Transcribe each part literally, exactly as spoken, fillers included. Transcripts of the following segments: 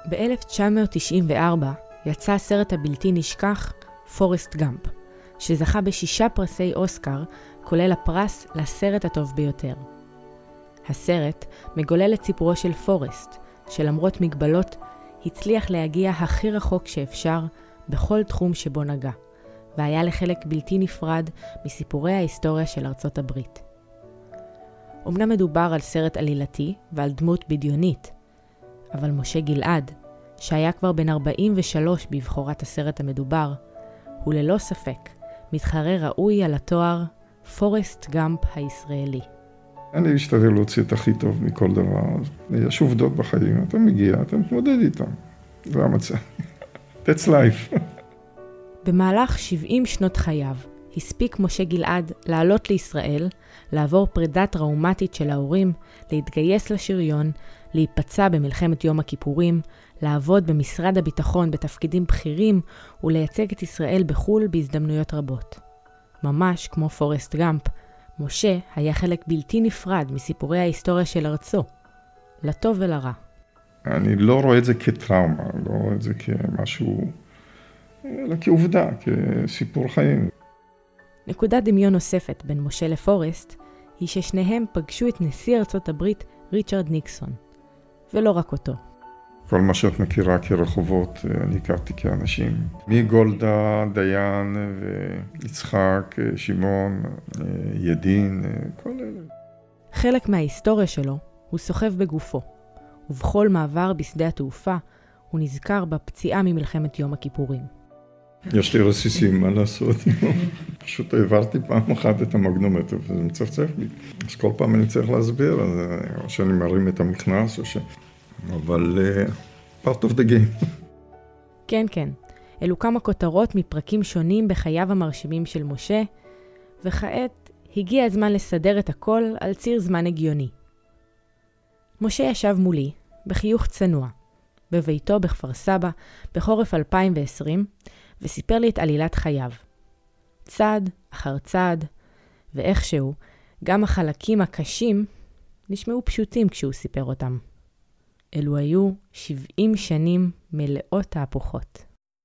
ב-אלף תשע מאות תשעים וארבע יצא הסרט הבלתי נשכח פורסט גאמפ, שזכה בשישה פרסי אוסקר, כולל הפרס לסרט הטוב ביותר. הסרט מגולל את סיפורו של פורסט, שלמרות מגבלות הצליח להגיע הכי רחוק שאפשר בכל תחום שבו נגע, והיה לחלק בלתי נפרד מסיפורי ההיסטוריה של ארצות הברית. אמנם מדובר על סרט עלילתי ועל דמות בדיונית, אבל משה גלעד, שהיה כבר בן ארבעים ושלוש בבחורת הסרט המדובר, הוא ללא ספק מתחרה ראוי על התואר פורסט גאמפ הישראלי. אני משתדל להוציא את הכי טוב מכל דבר. יש עובדות בחיים, אתה מגיע, אתה מתמודד איתם. זה המצב. That's life. במהלך שבעים שנות חייו, הספיק משה גלעד לעלות לישראל, לעבור פרידה טראומטית של ההורים, להתגייס לשריון, להיפצע במלחמת יום הכיפורים, לעבוד במשרד הביטחון בתפקידים בכירים ולייצג את ישראל בחול בהזדמנויות רבות. ממש כמו פורסט גאמפ, משה היה חלק בלתי נפרד מסיפורי ההיסטוריה של ארצו, לטוב ולרע. אני לא רואה את זה כטראומה, לא רואה את זה כמשהו, אלא כעובדה, כסיפור חיים. נקודת דמיון נוספת בין משה לפורסט היא ששניהם פגשו את נשיא ארצות הברית ריצ'רד ניקסון, ולא רק אותו. כל מה שאת מכירה כרחובות, אני הכרתי כאנשים. מגולדה, דיין ויצחק, שמעון, ידין, כל אלה. חלק מההיסטוריה שלו הוא סוחב בגופו, ובכל מעבר בשדה התעופה הוא נזכר בפציעה ממלחמת יום הכיפורים. יש לי רסיסים, מה לעשות? פשוט העברתי פעם אחת את המגנומטר, וזה מצפצף לי. אז כל פעם אני צריך להסביר, או שאני מרים את המכנס, או ש... אבל uh, part of the game. כן, כן. אלו כמה כותרות מפרקים שונים בחייו המרשימים של משה, וכעת הגיע הזמן לסדר את הכל על ציר זמן הגיוני. משה ישב מולי, בחיוך צנוע, בביתו בכפר סבא, בחורף אלפיים ועשרים, וסיפר לי את עלילת חייו. צעד אחר צעד, ואיכשהו, גם החלקים הקשים נשמעו פשוטים כשהוא סיפר אותם. אלו היו שבעים שנים מלאות תהפוכות.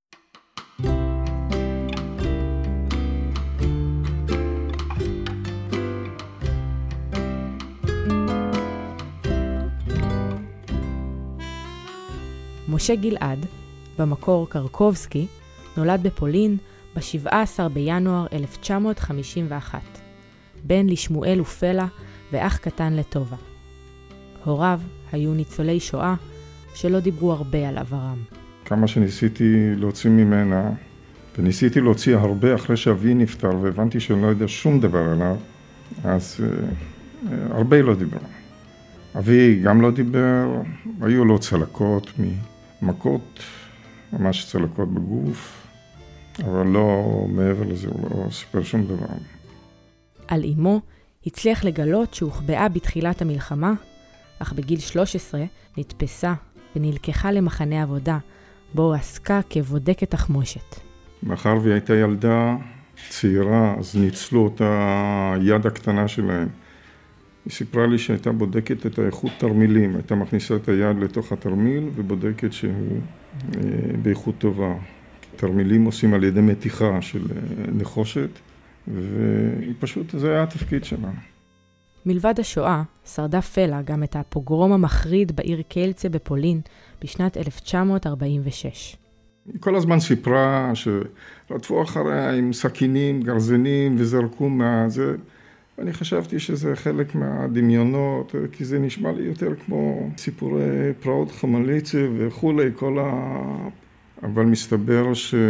משה גלעד, במקור קרקובסקי, נולד בפולין ב-שבעה עשר בינואר אלף תשע מאות חמישים ואחת, בן לשמואל ופלה ואח קטן לטובה. הוריו היו ניצולי שואה שלא דיברו הרבה על עברם. כמה שניסיתי להוציא ממנה, וניסיתי להוציא הרבה אחרי שאבי נפטר, והבנתי שאני לא יודע שום דבר עליו, אז uh, הרבה לא דיבר. אבי גם לא דיבר, היו לו צלקות ממכות, ממש צלקות בגוף, אבל לא מעבר לזה, הוא לא סיפר שום דבר. על אמו הצליח לגלות שהוחבאה בתחילת המלחמה, אך בגיל שלוש עשרה נתפסה ונלקחה למחנה עבודה, בו עסקה כבודקת תחמושת. מאחר והיא הייתה ילדה צעירה, אז ניצלו את היד הקטנה שלהם. היא סיפרה לי שהייתה בודקת את האיכות תרמילים, הייתה מכניסה את היד לתוך התרמיל ובודקת שהוא באיכות טובה. תרמילים עושים על ידי מתיחה של נחושת, והיא פשוט, זה היה התפקיד שלה. מלבד השואה, שרדה פלה גם את הפוגרום המחריד בעיר קיילצה בפולין בשנת אלף תשע מאות ארבעים ושש. היא כל הזמן סיפרה שרדפו אחריה עם סכינים, גרזנים וזרקו מה זה. ואני חשבתי שזה חלק מהדמיונות, כי זה נשמע לי יותר כמו סיפורי פרעות חמליצה וכולי, כל ה... אבל מסתבר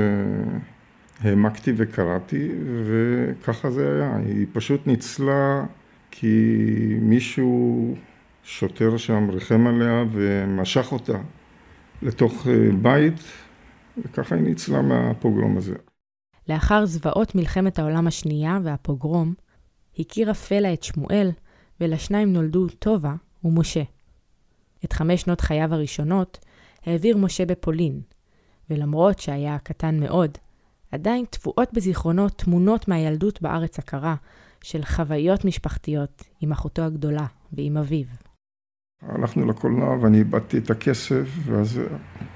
שהעמקתי וקראתי, וככה זה היה. היא פשוט ניצלה כי מישהו שוטר שם ריחם עליה ומשך אותה לתוך בית, וככה היא ניצלה מהפוגרום הזה. לאחר זוועות מלחמת העולם השנייה והפוגרום, הכירה פלה את שמואל, ולשניים נולדו טובה ומשה. את חמש שנות חייו הראשונות העביר משה בפולין, ולמרות שהיה קטן מאוד, עדיין תבואות בזיכרונות תמונות מהילדות בארץ הקרה, של חוויות משפחתיות עם אחותו הגדולה ועם אביו. הלכנו לקולנוע ואני איבדתי את הכסף, ואז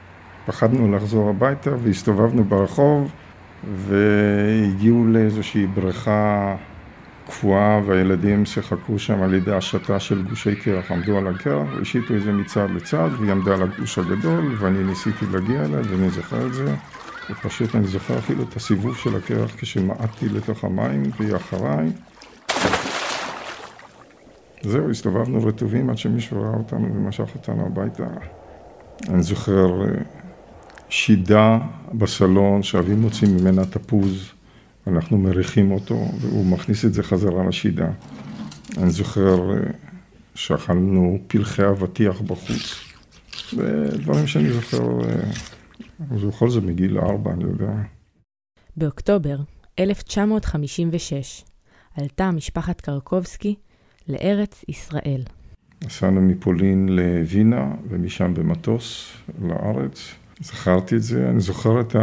פחדנו לחזור הביתה והסתובבנו ברחוב, והגיעו לאיזושהי בריכה קפואה, והילדים שיחקו שם על ידי השטה של גושי קרח, עמדו על הקרח, והשיתו את זה מצד לצד, והיא עמדה על הגוש הגדול, ואני ניסיתי להגיע אליה, ואני זוכר את זה. ופשוט אני זוכר אפילו את הסיבוב של הקרח כשמעטתי לתוך המים, והיא אחריי. זהו, הסתובבנו רטובים עד שמישהו ראה אותנו ומשך אותנו הביתה. אני זוכר שידה בסלון, שאבי מוציא ממנה תפוז, אנחנו מריחים אותו, והוא מכניס את זה חזרה לשידה. אני זוכר שאכלנו פלחי אבטיח בחוץ, ודברים שאני זוכר, ובכל זה מגיל ארבע, אני יודע. באוקטובר אלף תשע מאות חמישים ושש עלתה משפחת קרקובסקי לארץ ישראל. נסענו מפולין לווינה, ומשם במטוס לארץ. זכרתי את זה, אני זוכר את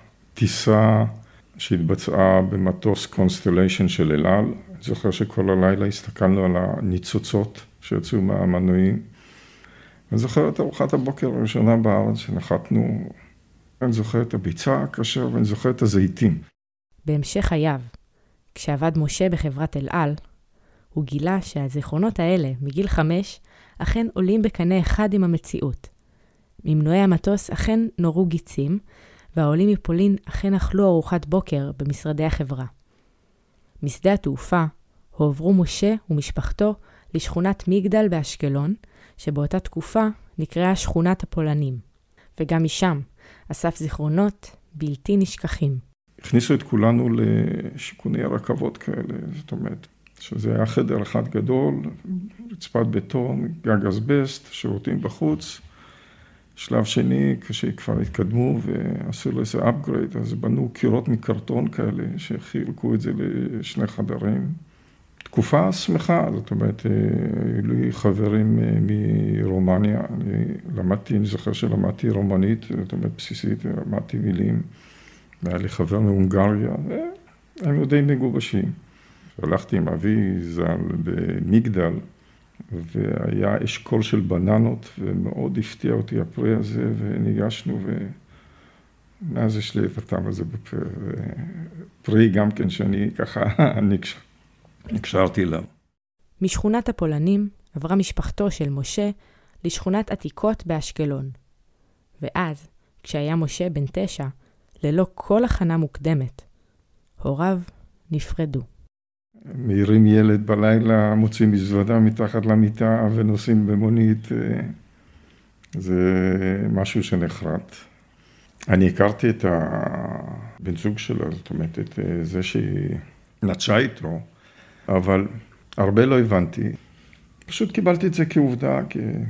הטיסה שהתבצעה במטוס קונסטליישן של אל על. אני זוכר שכל הלילה הסתכלנו על הניצוצות שיצאו מהמנועים. אני זוכר את ארוחת הבוקר הראשונה בארץ שנחתנו. אני זוכר את הביצה הקשר ואני זוכר את הזיתים. בהמשך חייו, כשעבד משה בחברת אל על, הוא גילה שהזיכרונות האלה מגיל חמש אכן עולים בקנה אחד עם המציאות. ממנועי המטוס אכן נורו גיצים, והעולים מפולין אכן אכלו ארוחת בוקר במשרדי החברה. משדה התעופה הועברו משה ומשפחתו לשכונת מגדל באשקלון, שבאותה תקופה נקראה שכונת הפולנים, וגם משם אסף זיכרונות בלתי נשכחים. הכניסו את כולנו לשיכוני הרכבות כאלה, זאת אומרת, שזה היה חדר אחד גדול, רצפת בטון, גג אסבסט, שירותים בחוץ. שלב שני, כשכבר התקדמו ועשו לו איזה upgrade, אז בנו קירות מקרטון כאלה, שחילקו את זה לשני חדרים. תקופה שמחה, זאת אומרת, היו לי חברים מרומניה, אני למדתי, אני זוכר שלמדתי רומנית, זאת אומרת בסיסית, למדתי מילים, והיה לי חבר מהונגריה, והם היו די מגובשים. הלכתי עם אבי ז"ל במגדל, והיה אשכול של בננות, ומאוד הפתיע אותי הפרי הזה, וניגשנו, ומאז יש לי את הטעם הזה בפה, ופרי גם כן שאני ככה נקשרתי אליו. משכונת הפולנים עברה משפחתו של משה לשכונת עתיקות באשקלון. ואז, כשהיה משה בן תשע, ללא כל הכנה מוקדמת, הוריו נפרדו. מעירים ילד בלילה, מוצאים מזוודה מתחת למיטה ונוסעים במונית. זה משהו שנחרט. אני הכרתי את הבן זוג שלו, זאת אומרת, את זה שהיא נטשה איתו, אבל הרבה לא הבנתי. פשוט קיבלתי את זה כעובדה,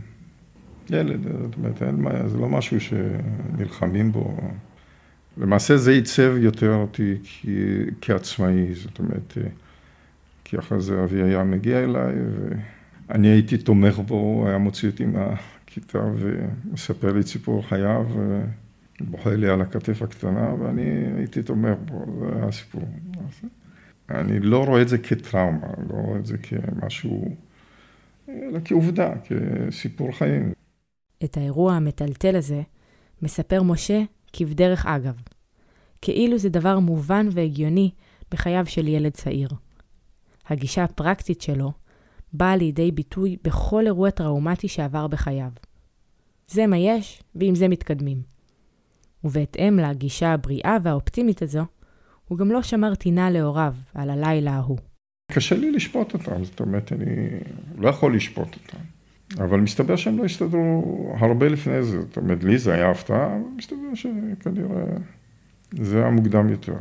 כילד, זאת אומרת, זה לא משהו שנלחמים בו. למעשה זה ייצב יותר אותי כעצמאי, זאת אומרת, כי אחרי זה אבי היה מגיע אליי, ואני הייתי תומך בו, הוא היה מוציא אותי מהכיתה ומספר לי סיפור חייו, ובוחר לי על הכתף הקטנה, ואני הייתי תומך בו, זה היה הסיפור. אני לא רואה את זה כטראומה, לא רואה את זה כמשהו, אלא כעובדה, כסיפור חיים. את האירוע המטלטל הזה מספר משה כבדרך אגב, כאילו זה דבר מובן והגיוני בחייו של ילד צעיר. הגישה הפרקטית שלו באה לידי ביטוי בכל אירוע טראומטי שעבר בחייו. זה מה יש, ועם זה מתקדמים. ובהתאם לגישה הבריאה והאופטימית הזו, הוא גם לא שמר טינה להוריו על הלילה ההוא. קשה לי לשפוט אותם, זאת אומרת, אני לא יכול לשפוט אותם. אבל מסתבר שהם לא הסתדרו הרבה לפני זה. זאת אומרת, לי זה היה הפתעה, אבל מסתבר שכנראה זה היה מוקדם יותר.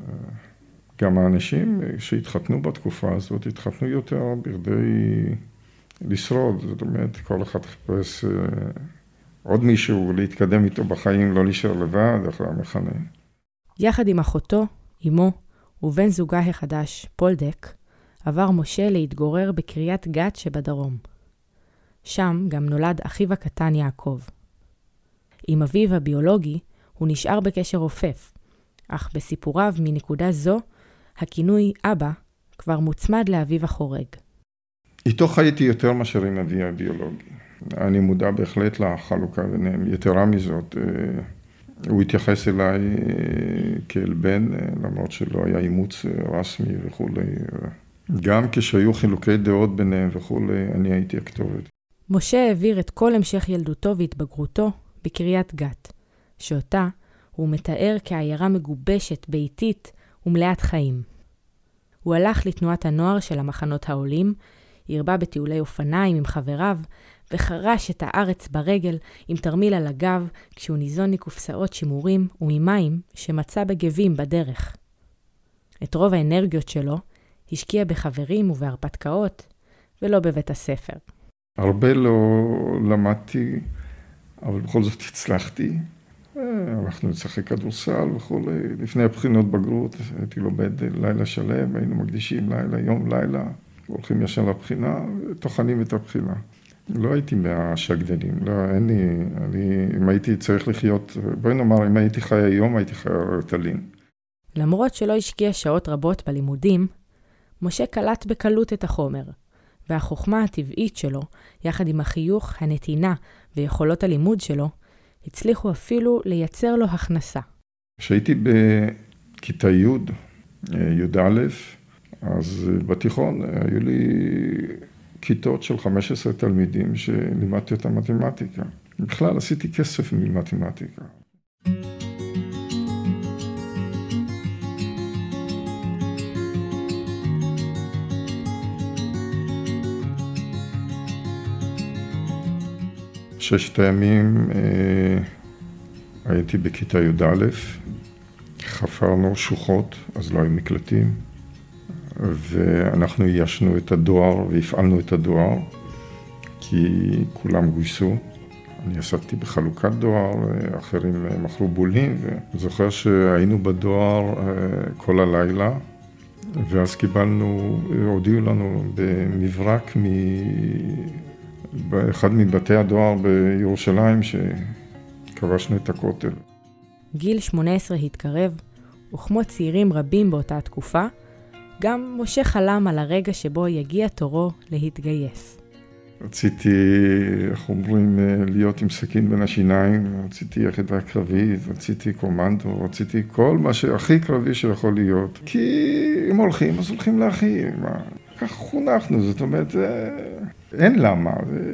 גם האנשים שהתחתנו בתקופה הזאת, התחתנו יותר בכדי לשרוד. זאת אומרת, כל אחד חיפש עוד מישהו להתקדם איתו בחיים, לא להישאר לבד אחרי המחנה. יחד עם אחותו, אמו ובן זוגה החדש, פולדק, עבר משה להתגורר בקריית גת שבדרום. שם גם נולד אחיו הקטן יעקב. עם אביו הביולוגי הוא נשאר בקשר רופף, אך בסיפוריו מנקודה זו, הכינוי אבא כבר מוצמד לאביו החורג. איתו חייתי יותר מאשר עם אבי הביולוגי. אני מודע בהחלט לחלוקה ביניהם. יתרה מזאת, הוא התייחס אליי כאל בן, למרות שלא היה אימוץ רשמי וכו'. גם כשהיו חילוקי דעות ביניהם וכו', אני הייתי הכתובת. משה העביר את כל המשך ילדותו והתבגרותו בקריית גת, שאותה הוא מתאר כעיירה מגובשת, ביתית ומלאת חיים. הוא הלך לתנועת הנוער של המחנות העולים, הרבה בטיולי אופניים עם חבריו, וחרש את הארץ ברגל עם תרמיל על הגב, כשהוא ניזון מקופסאות שימורים וממים שמצא בגבים בדרך. את רוב האנרגיות שלו השקיע בחברים ובהרפתקאות, ולא בבית הספר. הרבה לא למדתי, אבל בכל זאת הצלחתי. הלכנו לשחק כדורסל וכו'. לפני הבחינות בגרות הייתי לומד לילה שלם, היינו מקדישים לילה, יום לילה, הולכים ישר לבחינה, טוחנים את הבחינה. לא הייתי מהשקדנים, לא, אין לי, אני, אם הייתי צריך לחיות, בואי נאמר, אם הייתי חי היום, הייתי חי רטלין. למרות שלא השקיע שעות רבות בלימודים, משה קלט בקלות את החומר, והחוכמה הטבעית שלו, יחד עם החיוך, הנתינה ויכולות הלימוד שלו, הצליחו אפילו לייצר לו הכנסה. כשהייתי בכיתה י', י' א', אז בתיכון היו לי כיתות של חמישה עשר תלמידים שלימדתי אותם מתמטיקה. בכלל עשיתי כסף ממתמטיקה. ששת הימים אה, הייתי בכיתה י' א', חפרנו שוחות, אז לא היו מקלטים, ואנחנו יישנו את הדואר והפעלנו את הדואר, כי כולם גויסו. אני עסקתי בחלוקת דואר, אחרים מכרו בולים, וזוכר שהיינו בדואר כל הלילה, ואז קיבלנו, הודיעו לנו במברק מ... באחד מבתי הדואר בירושלים שכבשנו את הכותל. גיל שמונה עשרה התקרב, וכמו צעירים רבים באותה תקופה, גם משה חלם על הרגע שבו יגיע תורו להתגייס. רציתי, איך אומרים, להיות עם סכין בין השיניים, רציתי יחידה קרבית, רציתי קומנדו, רציתי כל מה שהכי קרבי שיכול להיות. כי אם הולכים, אז הולכים להכי. כך חונכנו, זאת אומרת, אין למה.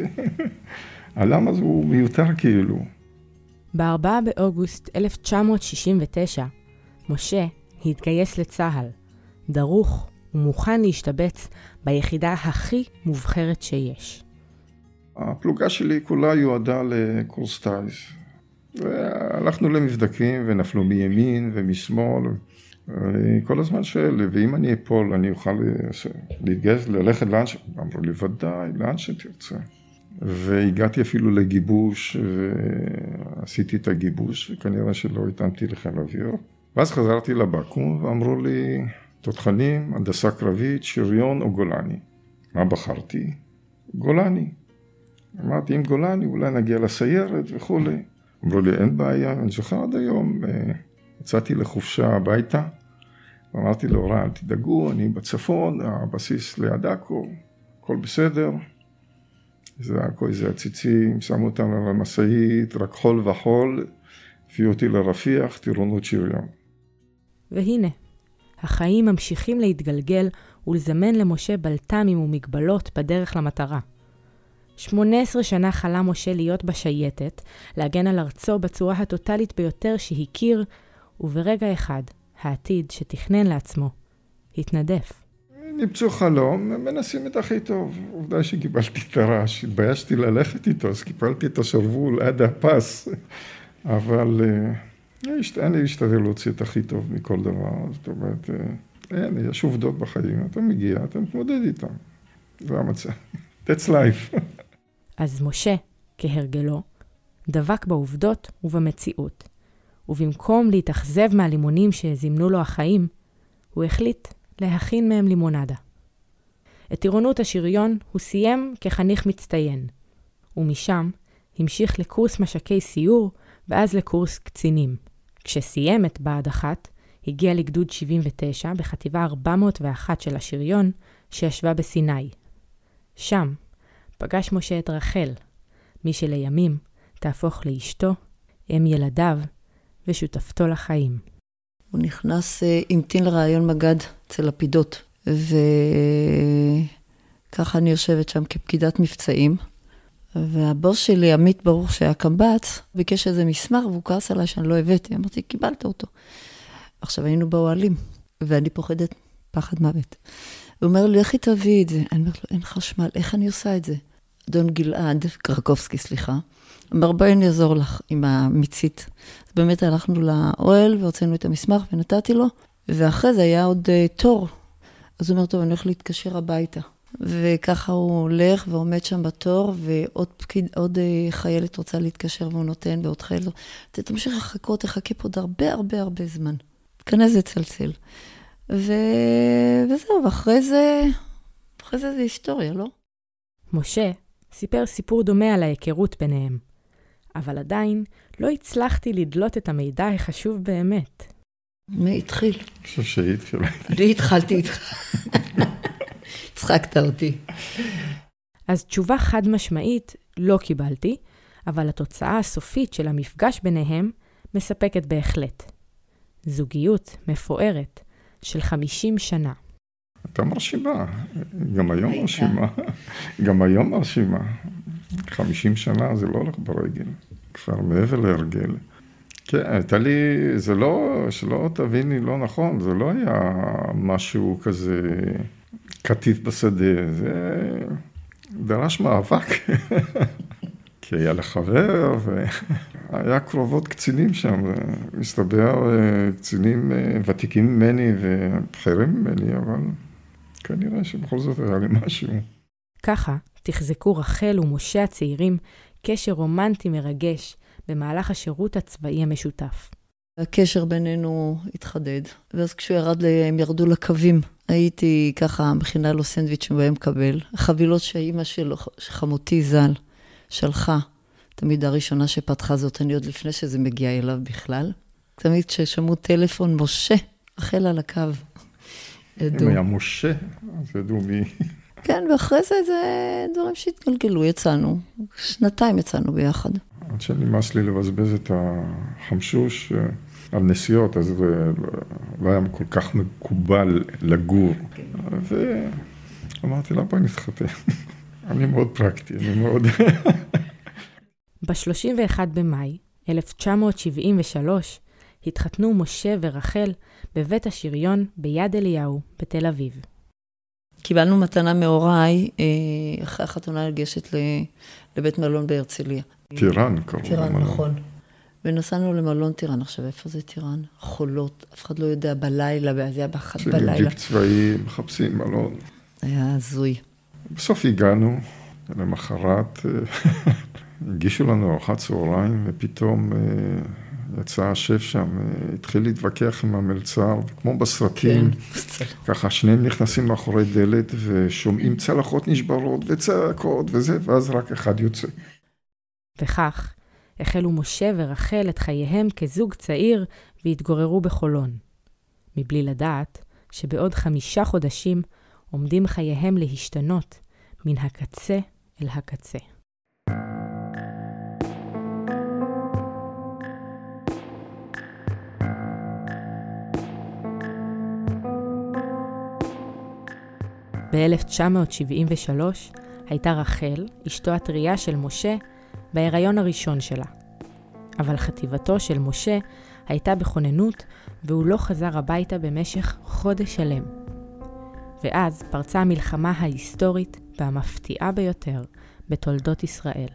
הלמה זה הוא מיותר כאילו. ב-ארבעה באוגוסט אלף תשע מאות שישים ותשע, משה התגייס לצהל, דרוך ומוכן להשתבץ ביחידה הכי מובחרת שיש. הפלוגה שלי כולה יועדה לקורס טייס. והלכנו למבדקים ונפלו מימין ומשמאל. כל הזמן שואל, ואם אני אפול, אני אוכל להתגייס, ללכת לאן ש... אמרו לי, ודאי, לאן שתרצה. והגעתי אפילו לגיבוש, ועשיתי את הגיבוש, וכנראה שלא התאמתי לחיל אוויר. ואז חזרתי לבקו"ם, ואמרו לי, תותחנים, הנדסה קרבית, שריון או גולני. מה בחרתי? גולני. אמרתי, אם גולני, אולי נגיע לסיירת וכו'. אמרו לי, אין בעיה, אני זוכר עד היום, יצאתי לחופשה הביתה, ואמרתי לו, רע, תדאגו, אני בצפון, הבסיס ליד עכו, הכל בסדר. זה עכו, איזה הציצים, שמו אותנו על המשאית, רק חול וחול, הביאו אותי לרפיח, טירונות שריון. והנה, החיים ממשיכים להתגלגל ולזמן למשה בלת"מים ומגבלות בדרך למטרה. שמונה עשרה שנה חלם משה להיות בשייטת, להגן על ארצו בצורה הטוטלית ביותר שהכיר, וברגע אחד, העתיד שתכנן לעצמו, התנדף. נמצאו חלום, מנסים את הכי טוב. עובדה שקיבלתי את הרעש, התביישתי ללכת איתו, אז קיבלתי את השרוול עד הפס. אבל אני אשתדל להוציא את הכי טוב מכל דבר. זאת אומרת, אין, יש עובדות בחיים, אתה מגיע, אתה מתמודד איתם. זה המצב. That's life. אז משה, כהרגלו, דבק בעובדות ובמציאות. ובמקום להתאכזב מהלימונים שזימנו לו החיים, הוא החליט להכין מהם לימונדה. את טירונות השריון הוא סיים כחניך מצטיין, ומשם המשיך לקורס משקי סיור ואז לקורס קצינים. כשסיים את בה"ד אחת, הגיע לגדוד שבעים ותשע בחטיבה ארבע מאות ואחת של השריון שישבה בסיני. שם פגש משה את רחל, מי שלימים תהפוך לאשתו, אם ילדיו ושותפתו לחיים. הוא נכנס, המתין לרעיון מגד אצל לפידות, וככה אני יושבת שם כפקידת מבצעים, והבוס שלי, עמית ברוך שהיה קמב"ץ, ביקש איזה מסמך, והוא כעס עליי שאני לא הבאתי. אמרתי, קיבלת אותו. עכשיו היינו באוהלים, ואני פוחדת פחד מוות. הוא אומר לי, לכי תביא את זה. אני אומרת לו, אין חשמל, איך אני עושה את זה? אדון גלעד, קרקובסקי, סליחה, אמר, בואי אני אעזור לך עם המצית. אז באמת הלכנו לאוהל, והוצאנו את המסמך, ונתתי לו, ואחרי זה היה עוד uh, תור. אז הוא אומר, טוב, אני הולך להתקשר הביתה. וככה הוא הולך ועומד שם בתור, ועוד פקיד, עוד uh, חיילת רוצה להתקשר, והוא נותן, ועוד חיילת, תמשיך לחכות, תחכה פה עוד הרבה הרבה הרבה זמן. תכנס לצלצל. ו... וזהו, ואחרי זה, אחרי זה זה היסטוריה, לא? משה סיפר סיפור דומה על ההיכרות ביניהם, אבל עדיין לא הצלחתי לדלות את המידע החשוב באמת. מי התחיל? אני חושב שהיא התחילה. אני התחלתי איתך. צחקת אותי. אז תשובה חד משמעית לא קיבלתי, אבל התוצאה הסופית של המפגש ביניהם מספקת בהחלט. זוגיות מפוארת של חמישים שנה. אתה מרשימה, גם היום מרשימה, גם היום מרשימה. חמישים שנה זה לא הולך ברגל, כבר מעבר להרגל. כן, הייתה לי, זה לא, שלא תביני לא נכון, זה לא היה משהו כזה קטיף בשדה, זה דרש מאבק. כי היה לחבר, והיה קרובות קצינים שם, מסתבר קצינים ותיקים ממני ובחירים ממני, אבל כנראה שבכל זאת היה לי משהו. ככה תחזקו רחל ומשה הצעירים קשר רומנטי מרגש במהלך השירות הצבאי המשותף. הקשר בינינו התחדד, ואז כשהוא ירד, הם ירדו לקווים. הייתי ככה מכינה לו סנדוויץ' שבהם מקבל. החבילות שהאימא שלו, שחמותי ז"ל, שלחה, תמיד הראשונה שפתחה זאת, אני עוד לפני שזה מגיע אליו בכלל. תמיד כששמעו טלפון, משה, רחל על הקו. אם היה משה, אז ידעו מי. כן, ואחרי זה זה דברים שהתגלגלו, יצאנו. שנתיים יצאנו ביחד. עד שנמאס לי לבזבז את החמשוש על נסיעות, אז זה לא היה כל כך מקובל לגור. ואמרתי לה, בואי נתחתן. אני מאוד פרקטי, אני מאוד... ב-שלושים ואחד במאי אלף תשע מאות שבעים ושלוש התחתנו משה ורחל בבית השריון ביד אליהו בתל אביב. קיבלנו מתנה מהוריי, אחרי החתונה לגשת לבית מלון בהרצליה. טירן קראו. טירן, נכון. ונסענו למלון טירן. עכשיו, איפה זה טירן? חולות. אף אחד לא יודע בלילה, ואז היה באחת בלילה. ג'יפ צבאי, מחפשים מלון. היה הזוי. בסוף הגענו, למחרת, הגישו לנו ארוחת צהריים, ופתאום יצא השף שם, התחיל להתווכח עם המלצר, וכמו בסרטים, כן. ככה שניהם נכנסים מאחורי דלת, ושומעים צלחות נשברות, וצעקות וזה, ואז רק אחד יוצא. וכך, החלו משה ורחל את חייהם כזוג צעיר, והתגוררו בחולון. מבלי לדעת שבעוד חמישה חודשים, עומדים חייהם להשתנות מן הקצה אל הקצה. ב-אלף תשע מאות שבעים ושלוש הייתה רחל, אשתו הטריה של משה, בהיריון הראשון שלה. אבל חטיבתו של משה הייתה בכוננות, והוא לא חזר הביתה במשך חודש שלם. ואז פרצה המלחמה ההיסטורית והמפתיעה ביותר בתולדות ישראל.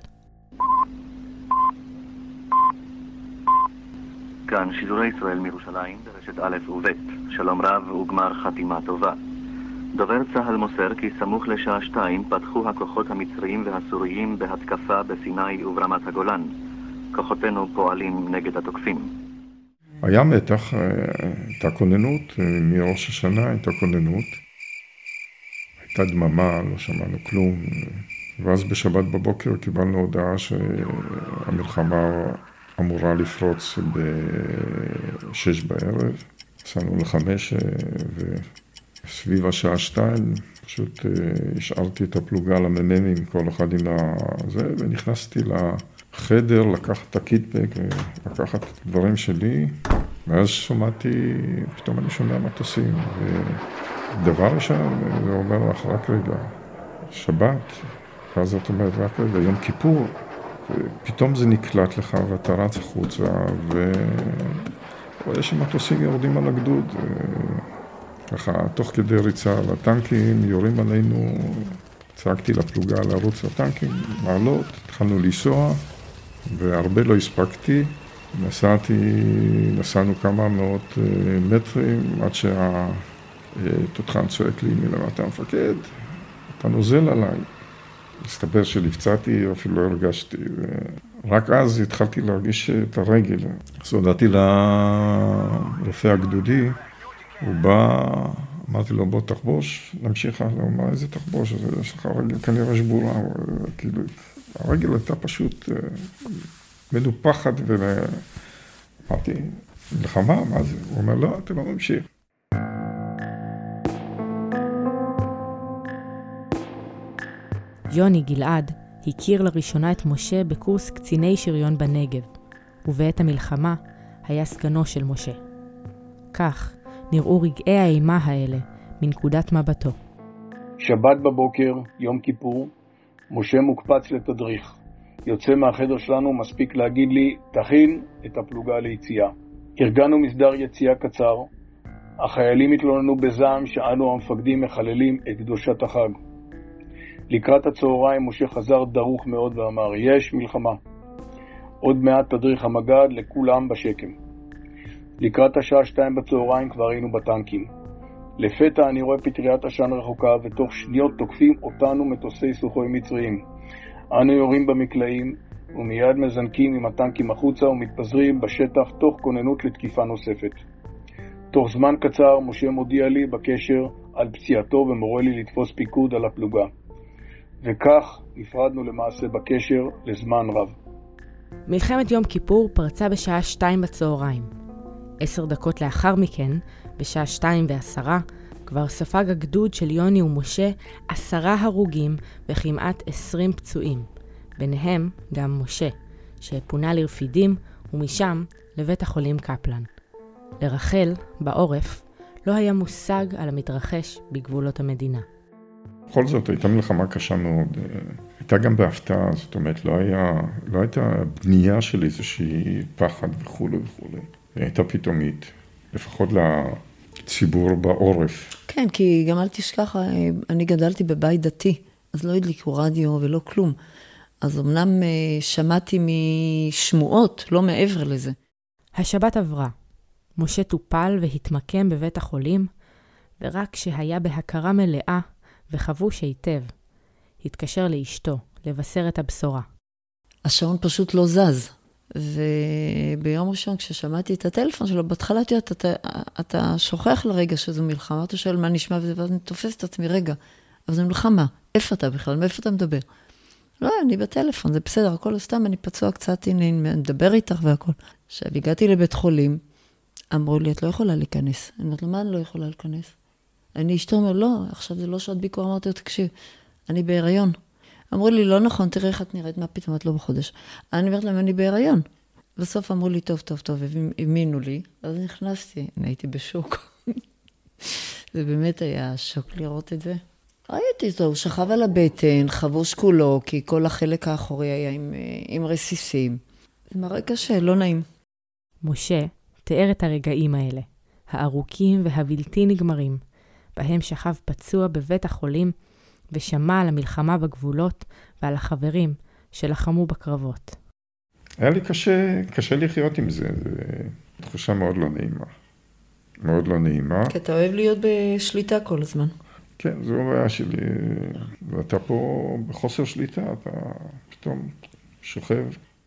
כאן שידורי ישראל מירושלים ברשת א' וב'. שלום רב וגמר חתימה טובה. דובר צהל מוסר כי סמוך לשעה שתיים פתחו הכוחות המצריים והסוריים בהתקפה בסיני וברמת הגולן. כוחותינו פועלים נגד התוקפים. היה מתח, הייתה כוננות, מראש השנה הייתה כוננות. הייתה דממה, לא שמענו כלום. ואז בשבת בבוקר קיבלנו הודעה שהמלחמה אמורה לפרוץ בשש בערב. עשינו לחמש וסביב השעה שתיים פשוט השארתי את הפלוגה למממים, כל אחד עם זה, ונכנסתי חדר, לקחת את הקיטבג, לקחת את הדברים שלי, ואז שמעתי, פתאום אני שומע מטוסים, ודבר ראשון, זה אומר לך, רק רגע, שבת, ואז את אומרת, רק רגע, יום כיפור, ופתאום זה נקלט לך, ואתה רץ החוצה, ורואה שמטוסים יורדים על הגדוד, ככה, תוך כדי ריצה, והטנקים יורים עלינו, צעקתי לפלוגה לרוץ לטנקים, מעלות, התחלנו לנסוע, והרבה לא הספקתי, נסעתי, נסענו כמה מאות מטרים, עד שהתותחן צועק לי מלמטה המפקד, אתה נוזל עליי. הסתבר שלפצעתי, אפילו לא הרגשתי, ורק אז התחלתי להרגיש את הרגל. אז הודעתי לרופא הגדודי, הוא בא, אמרתי לו, בוא תחבוש, נמשיך הלאה, הוא אמר, איזה תחבוש, יש לך רגל כנראה שבורה, כאילו, הרגל הייתה פשוט מדופחת, ואמרתי, מלחמה, מה זה? הוא אומר, לא, אתה לא ממשיך. יוני גלעד הכיר לראשונה את משה בקורס קציני שריון בנגב, ובעת המלחמה היה סגנו של משה. כך נראו רגעי האימה האלה מנקודת מבטו. שבת בבוקר, יום כיפור, משה מוקפץ לתדריך. יוצא מהחדר שלנו, מספיק להגיד לי, תכין את הפלוגה ליציאה. ארגנו מסדר יציאה קצר, החיילים התלוננו בזעם שאנו המפקדים מחללים את קדושת החג. לקראת הצהריים משה חזר דרוך מאוד ואמר, יש מלחמה. עוד מעט תדריך המג"ד לכולם בשקם. לקראת השעה שתיים בצהריים כבר היינו בטנקים. לפתע אני רואה פטריית עשן רחוקה, ותוך שניות תוקפים אותנו מטוסי סוחוי מצריים. אנו יורים במקלעים, ומיד מזנקים עם הטנקים החוצה ומתפזרים בשטח תוך כוננות לתקיפה נוספת. תוך זמן קצר משה מודיע לי בקשר על פציעתו ומורה לי לתפוס פיקוד על הפלוגה. וכך נפרדנו למעשה בקשר לזמן רב. מלחמת יום כיפור פרצה בשעה שתיים בצהריים. עשר דקות לאחר מכן, בשעה שתיים ועשרה, כבר ספג הגדוד של יוני ומשה עשרה הרוגים וכמעט עשרים פצועים. ביניהם גם משה, שפונה לרפידים ומשם לבית החולים קפלן. לרחל, בעורף, לא היה מושג על המתרחש בגבולות המדינה. בכל זאת, הייתה מלחמה קשה מאוד. הייתה גם בהפתעה, זאת אומרת, לא, היה, לא הייתה בנייה של איזושהי פחד וכו' וכו'. הייתה פתאומית, לפחות לציבור בעורף. כן, כי גם אל תשכח, אני גדלתי בבית דתי, אז לא הדליקו רדיו ולא כלום. אז אמנם שמעתי משמועות, לא מעבר לזה. השבת עברה. משה טופל והתמקם בבית החולים, ורק כשהיה בהכרה מלאה וחבוש היטב, התקשר לאשתו לבשר את הבשורה. השעון פשוט לא זז. וביום ראשון כששמעתי את הטלפון שלו, בהתחלה אתה, אתה, אתה שוכח לרגע שזו מלחמה, אתה שואל מה נשמע, ואז אני תופס את עצמי רגע, אבל זו מלחמה, איפה אתה בכלל, מאיפה אתה מדבר? לא, אני בטלפון, זה בסדר, הכל סתם, אני פצוע קצת, הנה, אני מדבר איתך והכל. עכשיו, הגעתי לבית חולים, אמרו לי, את לא יכולה להיכנס. אני אומרת לו, מה אני לא יכולה להיכנס? אני אשתו אומר, לא, עכשיו זה לא שעת ביקור, אמרתי לו, תקשיב, אני בהיריון. אמרו לי, לא נכון, תראה איך את נראית, מה פתאום את לא בחודש. אני אומרת להם, אני בהיריון. בסוף אמרו לי, טוב, טוב, טוב, והאמינו לי, אז נכנסתי, אני הייתי בשוק. זה באמת היה שוק לראות את זה. ראיתי אותו, הוא שכב על הבטן, חבוש כולו, כי כל החלק האחורי היה עם, עם רסיסים. זה מראה קשה, לא נעים. משה תיאר את הרגעים האלה, הארוכים והבלתי נגמרים, בהם שכב פצוע בבית החולים, ושמע על המלחמה בגבולות ועל החברים שלחמו בקרבות. היה לי קשה, קשה לחיות עם זה, זו תחושה מאוד לא נעימה. מאוד לא נעימה. כי אתה אוהב להיות בשליטה כל הזמן. כן, זו הבעיה שלי. ואתה פה בחוסר שליטה, אתה פתאום שוכב.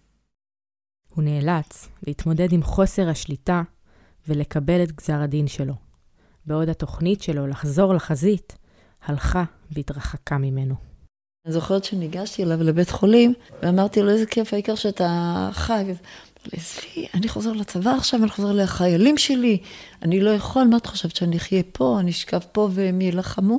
הוא נאלץ להתמודד עם חוסר השליטה ולקבל את גזר הדין שלו. בעוד התוכנית שלו לחזור לחזית, הלכה והתרחקה ממנו. אני זוכרת שניגשתי אליו לבית חולים, ואמרתי לו, איזה כיף, העיקר שאתה חי. לזבי, אני חוזר לצבא עכשיו, אני חוזר לחיילים שלי, אני לא יכול, מה את חושבת שאני אחיה פה, אני אשכב פה והם ילחמו?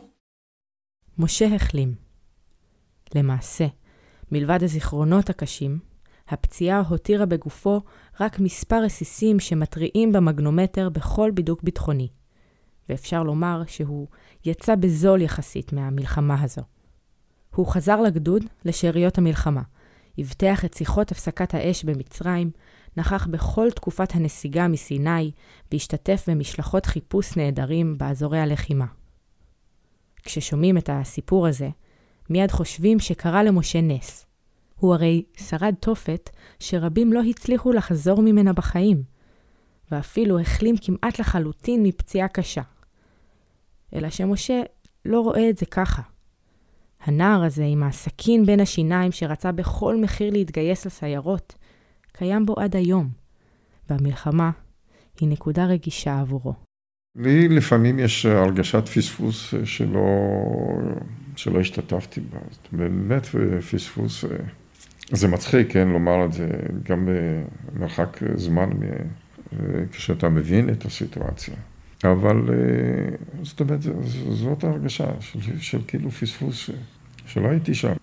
משה החלים. למעשה, מלבד הזיכרונות הקשים, הפציעה הותירה בגופו רק מספר רסיסים שמטריעים במגנומטר בכל בידוק ביטחוני, ואפשר לומר שהוא יצא בזול יחסית מהמלחמה הזו. הוא חזר לגדוד לשאריות המלחמה, הבטח את שיחות הפסקת האש במצרים, נכח בכל תקופת הנסיגה מסיני, והשתתף במשלחות חיפוש נהדרים באזורי הלחימה. כששומעים את הסיפור הזה, מיד חושבים שקרה למשה נס. הוא הרי שרד תופת שרבים לא הצליחו לחזור ממנה בחיים, ואפילו החלים כמעט לחלוטין מפציעה קשה. אלא שמשה לא רואה את זה ככה. הנער הזה עם הסכין בין השיניים שרצה בכל מחיר להתגייס לסיירות, קיים בו עד היום, והמלחמה היא נקודה רגישה עבורו. לי לפעמים יש הרגשת פספוס שלא, שלא השתתפתי בה. באמת פספוס, זה מצחיק, כן, לומר את זה גם במרחק זמן כשאתה מבין את הסיטואציה. אבל זאת אומרת, זאת ההרגשה של, של כאילו פספוס שלא הייתי שם.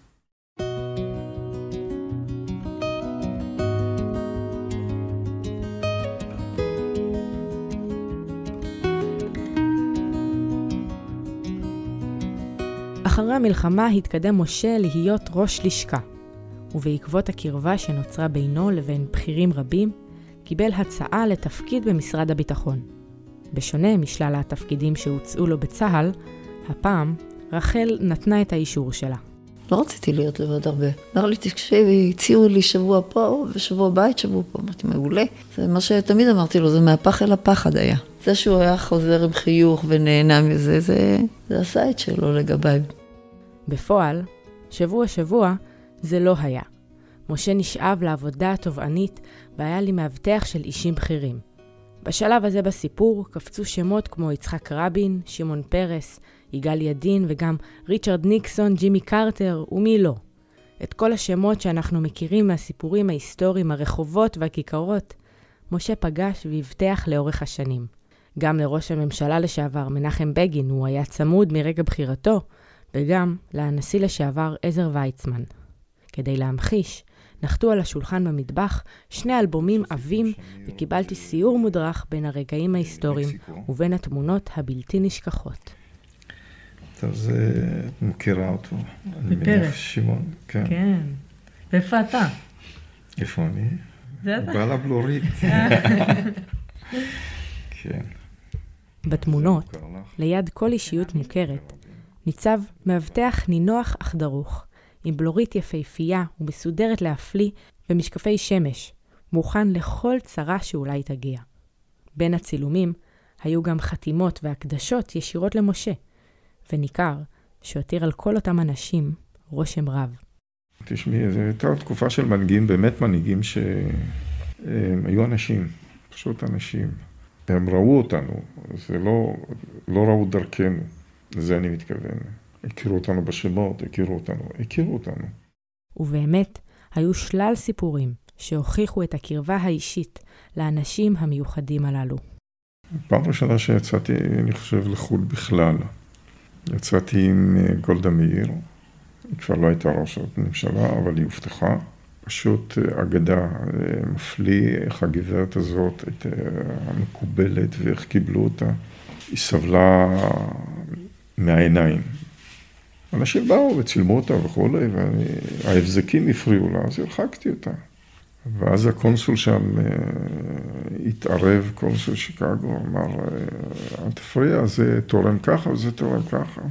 אחרי המלחמה התקדם משה להיות ראש לשכה, ובעקבות הקרבה שנוצרה בינו לבין בכירים רבים, קיבל הצעה לתפקיד במשרד הביטחון. בשונה משלל התפקידים שהוצאו לו בצהל, הפעם רחל נתנה את האישור שלה. לא רציתי להיות לבד הרבה. אמר לי, תקשיבי, הציעו לי שבוע פה ושבוע בית, שבוע פה. אמרתי, מעולה. זה מה שתמיד אמרתי לו, זה מהפח אל הפחד היה. זה שהוא היה חוזר עם חיוך ונהנה מזה, זה, זה עשה את שלו לגביי. בפועל, שבוע שבוע זה לא היה. משה נשאב לעבודה התובענית והיה לי מאבטח של אישים בכירים. בשלב הזה בסיפור קפצו שמות כמו יצחק רבין, שמעון פרס, יגאל ידין וגם ריצ'רד ניקסון, ג'ימי קרטר ומי לא. את כל השמות שאנחנו מכירים מהסיפורים ההיסטוריים, הרחובות והכיכרות, משה פגש והבטח לאורך השנים. גם לראש הממשלה לשעבר מנחם בגין הוא היה צמוד מרגע בחירתו, וגם לנשיא לשעבר עזר ויצמן. כדי להמחיש, נחתו על השולחן במטבח שני אלבומים עבים וקיבלתי סיור מודרך בין הרגעים ההיסטוריים ובין התמונות הבלתי נשכחות. אז את מכירה אותו. בפרס. שמעון, כן. כן. ואיפה אתה? איפה אני? זה אתה. בעל הבלורית. כן. בתמונות, ליד כל אישיות מוכרת, ניצב מאבטח נינוח אך דרוך, עם בלורית יפהפייה ומסודרת להפליא במשקפי שמש, מוכן לכל צרה שאולי תגיע. בין הצילומים היו גם חתימות והקדשות ישירות למשה, וניכר שהותיר על כל אותם אנשים רושם רב. תשמעי, זו הייתה תקופה של מנהיגים, באמת מנהיגים שהם היו אנשים, פשוט אנשים. הם ראו אותנו, זה לא, לא ראו דרכנו, לזה אני מתכוון. הכירו אותנו בשמות, הכירו אותנו, הכירו אותנו. ובאמת, היו שלל סיפורים שהוכיחו את הקרבה האישית לאנשים המיוחדים הללו. פעם ראשונה שיצאתי, אני חושב, לחו"ל בכלל. יצאתי עם גולדה מאיר, היא כבר לא הייתה ראש הממשלה, אבל היא הובטחה. פשוט אגדה, מפליא איך הגברת הזאת הייתה מקובלת ואיך קיבלו אותה. היא סבלה מהעיניים. אנשים באו וצילמו אותה וכו', וההבזקים הפריעו לה, אז הרחקתי אותה. ואז הקונסול שם התערב, קונסול שיקגו, אמר, אל תפריע, זה תורם ככה וזה תורם ככה.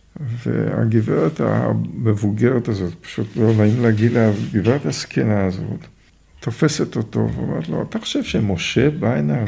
והגברת המבוגרת הזאת, פשוט לא נעים להגיד לה, הגברת הסכנה הזאת, תופסת אותו ואומרת לו, אתה חושב שמשה בא הנה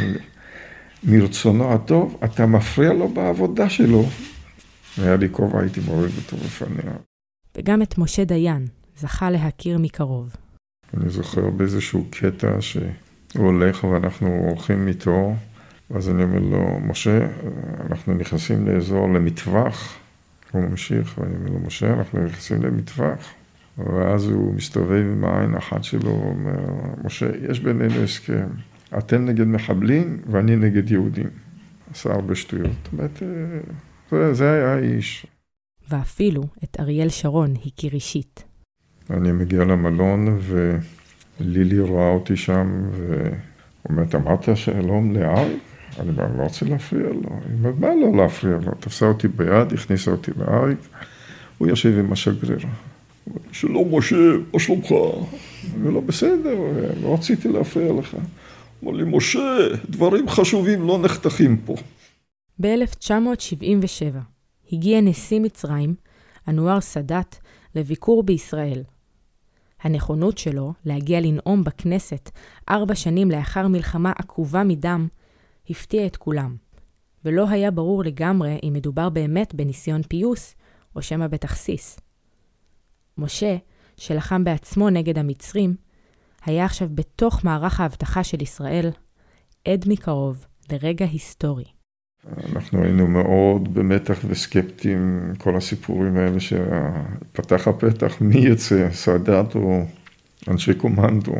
מרצונו הטוב, אתה מפריע לו בעבודה שלו. היה לי כובע, הייתי מוריד אותו בפניה. וגם את משה דיין זכה להכיר מקרוב. אני זוכר באיזשהו קטע שהוא הולך ואנחנו הולכים איתו, ואז אני אומר לו, משה, אנחנו נכנסים לאזור למטווח. הוא ממשיך, ואני אומר לו, משה, אנחנו נכנסים למטווח. ואז הוא מסתובב עם העין האחת שלו, אומר, משה, יש בינינו הסכם. אתם נגד מחבלים ואני נגד יהודים. עשה הרבה שטויות. זאת אומרת, זה היה האיש. ואפילו את אריאל שרון הכיר אישית. אני מגיע למלון לילי רואה אותי שם ואומרת, אמרת שלום לאריק? אני אומר, לא רוצה להפריע לו. היא אומרת, מה לא להפריע לו? תפסה אותי ביד, הכניסה אותי לאריק, הוא יושב עם השגריר. שלום משה, מה שלומך? ולא בסדר, לא רציתי להפריע לך. אמר לי, משה, דברים חשובים לא נחתכים פה. ב-אלף תשע מאות שבעים ושבע הגיע נשיא מצרים, אנואר סאדאת, לביקור בישראל. הנכונות שלו להגיע לנאום בכנסת ארבע שנים לאחר מלחמה עקובה מדם, הפתיע את כולם, ולא היה ברור לגמרי אם מדובר באמת בניסיון פיוס או שמא בתכסיס. משה, שלחם בעצמו נגד המצרים, היה עכשיו בתוך מערך ההבטחה של ישראל, עד מקרוב לרגע היסטורי. אנחנו היינו מאוד במתח וסקפטיים, כל הסיפורים האלה שפתח הפתח, מי יצא, סאדאת או אנשי קומנדו.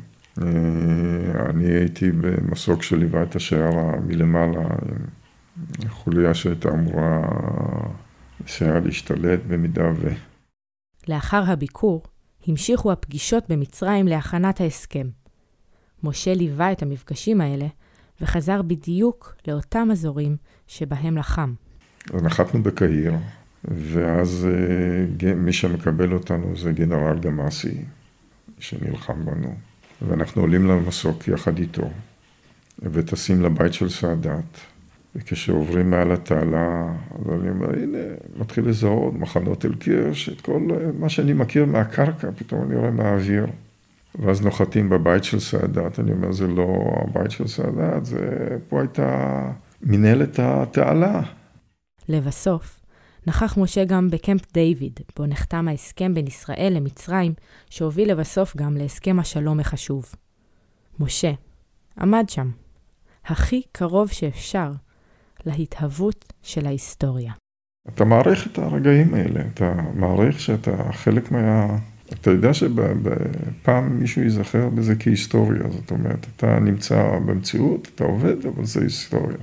אני הייתי במסוק שליווה את השיירה מלמעלה, חוליה שהייתה אמורה שיירה להשתלט במידה ו... לאחר הביקור, המשיכו הפגישות במצרים להכנת ההסכם. משה ליווה את המפגשים האלה, וחזר בדיוק לאותם אזורים שבהם לחם. נחתנו בקהיר, ואז מי שמקבל אותנו זה גנרל גמאסי, שנלחם בנו. ואנחנו עולים למסוק יחד איתו, וטסים לבית של סאדאת, וכשעוברים מעל התעלה, אז אני אומר, הנה, מתחיל לזהות, מחנות אל קירש, את כל מה שאני מכיר מהקרקע, פתאום אני רואה מהאוויר. ואז נוחתים בבית של סאדאת, אני אומר, זה לא הבית של סאדאת, זה פה הייתה מנהלת התעלה. לבסוף, נכח משה גם בקמפ דיוויד, בו נחתם ההסכם בין ישראל למצרים, שהוביל לבסוף גם להסכם השלום החשוב. משה עמד שם, הכי קרוב שאפשר, להתהוות של ההיסטוריה. אתה מעריך את הרגעים האלה, אתה מעריך שאתה חלק מה... אתה יודע שבפעם מישהו ייזכר בזה כהיסטוריה, זאת אומרת, אתה נמצא במציאות, אתה עובד, אבל זה היסטוריה.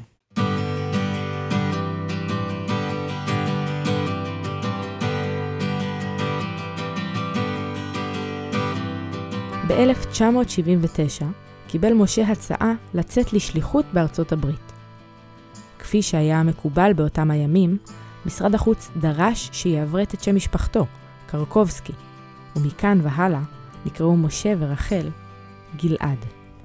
ב-אלף תשע מאות שבעים ותשע קיבל משה הצעה לצאת לשליחות בארצות הברית. כפי שהיה מקובל באותם הימים, משרד החוץ דרש שיעברת את שם משפחתו, קרקובסקי, ומכאן והלאה נקראו משה ורחל גלעד.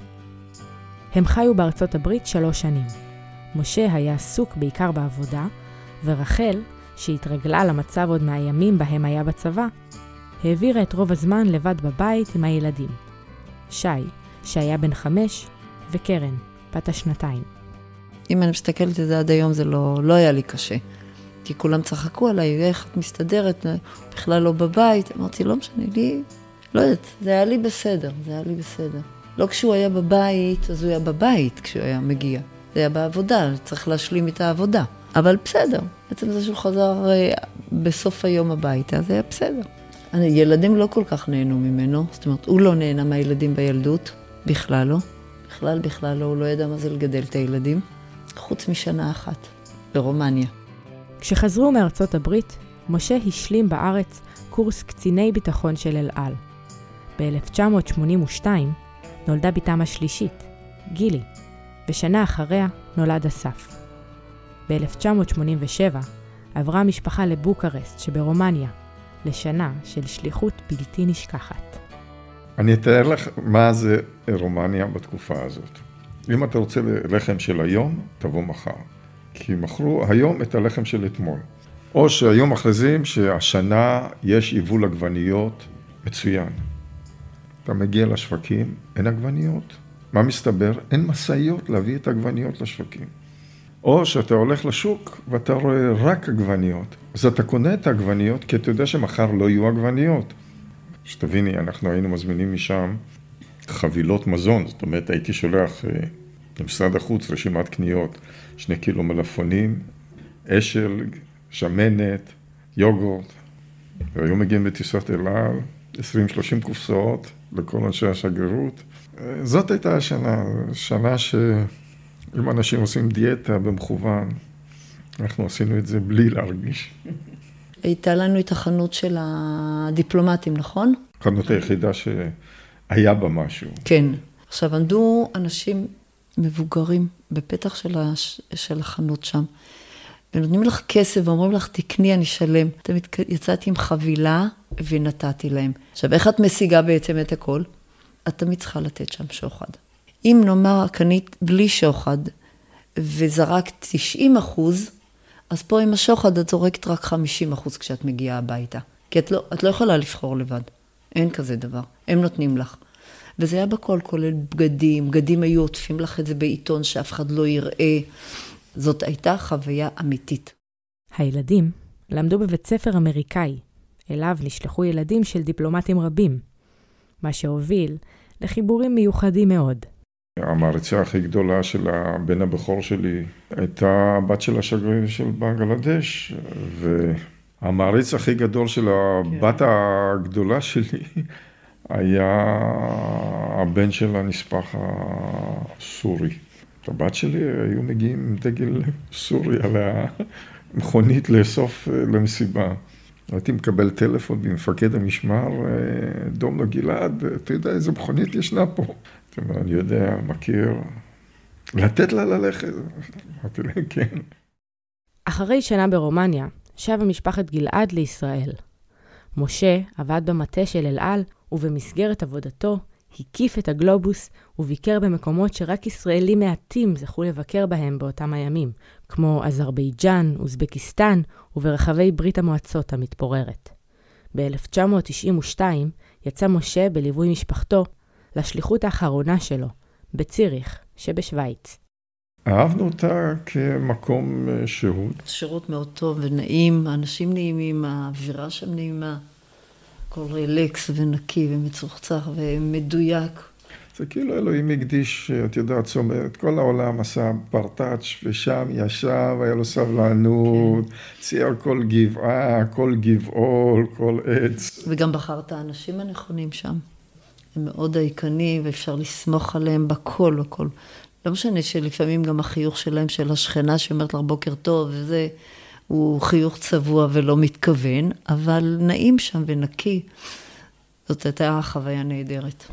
הם חיו בארצות הברית שלוש שנים. משה היה עסוק בעיקר בעבודה, ורחל, שהתרגלה למצב עוד מהימים בהם היה בצבא, העבירה את רוב הזמן לבד בבית עם הילדים. שי, שהיה בן חמש, וקרן, בת השנתיים. אם אני מסתכלת את זה עד היום, זה לא, לא היה לי קשה. כי כולם צחקו עליי, איך את מסתדרת, בכלל לא בבית. אמרתי, לא משנה, לי, לא יודעת, זה היה לי בסדר, זה היה לי בסדר. לא כשהוא היה בבית, אז הוא היה בבית כשהוא היה מגיע. זה היה בעבודה, צריך להשלים את העבודה. אבל בסדר, בעצם זה שהוא חזר בסוף היום הביתה, זה היה בסדר. ילדים לא כל כך נהנו ממנו, זאת אומרת, הוא לא נהנה מהילדים בילדות, בכלל לא. בכלל, בכלל לא, הוא לא ידע מה זה לגדל את הילדים, חוץ משנה אחת, ברומניה. כשחזרו מארצות הברית, משה השלים בארץ קורס קציני ביטחון של אל על. ב-אלף תשע מאות שמונים ושתיים נולדה ביתם השלישית, גילי, ושנה אחריה נולד אסף. ב-אלף תשע מאות שמונים ושבע עברה המשפחה לבוקרשט שברומניה, לשנה של שליחות בלתי נשכחת. אני אתאר לך מה זה רומניה בתקופה הזאת. אם אתה רוצה לחם של היום, תבוא מחר. כי מכרו היום את הלחם של אתמול. או שהיום מכרזים שהשנה יש יבול עגבניות מצוין. אתה מגיע לשווקים, אין עגבניות. מה מסתבר? אין מסעיות להביא את העגבניות לשווקים. או שאתה הולך לשוק ואתה רואה רק עגבניות. אז אתה קונה את העגבניות כי אתה יודע שמחר לא יהיו עגבניות. שתביני, אנחנו היינו מזמינים משם חבילות מזון. זאת אומרת, הייתי שולח למשרד החוץ רשימת קניות, שני קילו מלפונים, אשל, שמנת, יוגורט. והיום מגיעים בטיסות אל על, עשרים שלושים קופסאות לכל אנשי השגרירות. זאת הייתה השנה, שנה שאם אנשים עושים דיאטה במכוון, אנחנו עשינו את זה בלי להרגיש. הייתה לנו את החנות של הדיפלומטים, נכון? החנות היחידה שהיה היה בה משהו. כן. עכשיו, עמדו אנשים מבוגרים בפתח של, הש... של החנות שם, ונותנים לך כסף ואומרים לך, תקני, אני שלם. תמיד יצאתי עם חבילה ונתתי להם. עכשיו, איך את משיגה בעצם את הכל? את תמיד צריכה לתת שם שוחד. אם נאמר, קנית בלי שוחד, וזרקת תשעים אחוז, אז פה עם השוחד את זורקת רק חמישים אחוז כשאת מגיעה הביתה. כי את לא, את לא יכולה לבחור לבד. אין כזה דבר. הם נותנים לך. וזה היה בכל, כולל בגדים. בגדים היו עוטפים לך את זה בעיתון שאף אחד לא יראה. זאת הייתה חוויה אמיתית. הילדים למדו בבית ספר אמריקאי. אליו נשלחו ילדים של דיפלומטים רבים. מה שהוביל לחיבורים מיוחדים מאוד. המעריצה הכי גדולה של הבן הבכור שלי הייתה הבת של השגריר של בנגלדש, והמעריץ הכי גדול של הבת הגדולה שלי היה הבן של הנספח הסורי. הבת שלי היו מגיעים עם דגל סורי על המכונית לאסוף למסיבה. הייתי מקבל טלפון ממפקד המשמר, דום לו גלעד, אתה יודע איזה מכונית ישנה פה. אני יודע, מכיר, לתת לה ללכת. אמרתי לה, כן. אחרי שנה ברומניה, שבה משפחת גלעד לישראל. משה עבד במטה של אל על, ובמסגרת עבודתו הקיף את הגלובוס וביקר במקומות שרק ישראלים מעטים זכו לבקר בהם באותם הימים, כמו אזרבייג'אן, אוזבקיסטן וברחבי ברית המועצות המתפוררת. ב-אלף תשע מאות תשעים ושתיים יצא משה בליווי משפחתו לשליחות האחרונה שלו, בציריך שבשוויץ. אהבנו אותה כמקום שירות. שירות מאוד טוב ונעים, האנשים נעימים, האווירה שם נעימה. הכל רילקס ונקי ומצוחצח ומדויק. זה כאילו אלוהים הקדיש, את יודעת, את כל העולם עשה פרטאץ' ושם ישב, היה לו סבלנות, צייר כל גבעה, כל גבעול, כל עץ. וגם בחר את האנשים הנכונים שם. הם מאוד העיקנים ואפשר לסמוך עליהם בכל וכל. לא משנה שלפעמים גם החיוך שלהם, של השכנה שאומרת לך בוקר טוב, וזה הוא חיוך צבוע ולא מתכוון, אבל נעים שם ונקי. זאת הייתה חוויה נהדרת.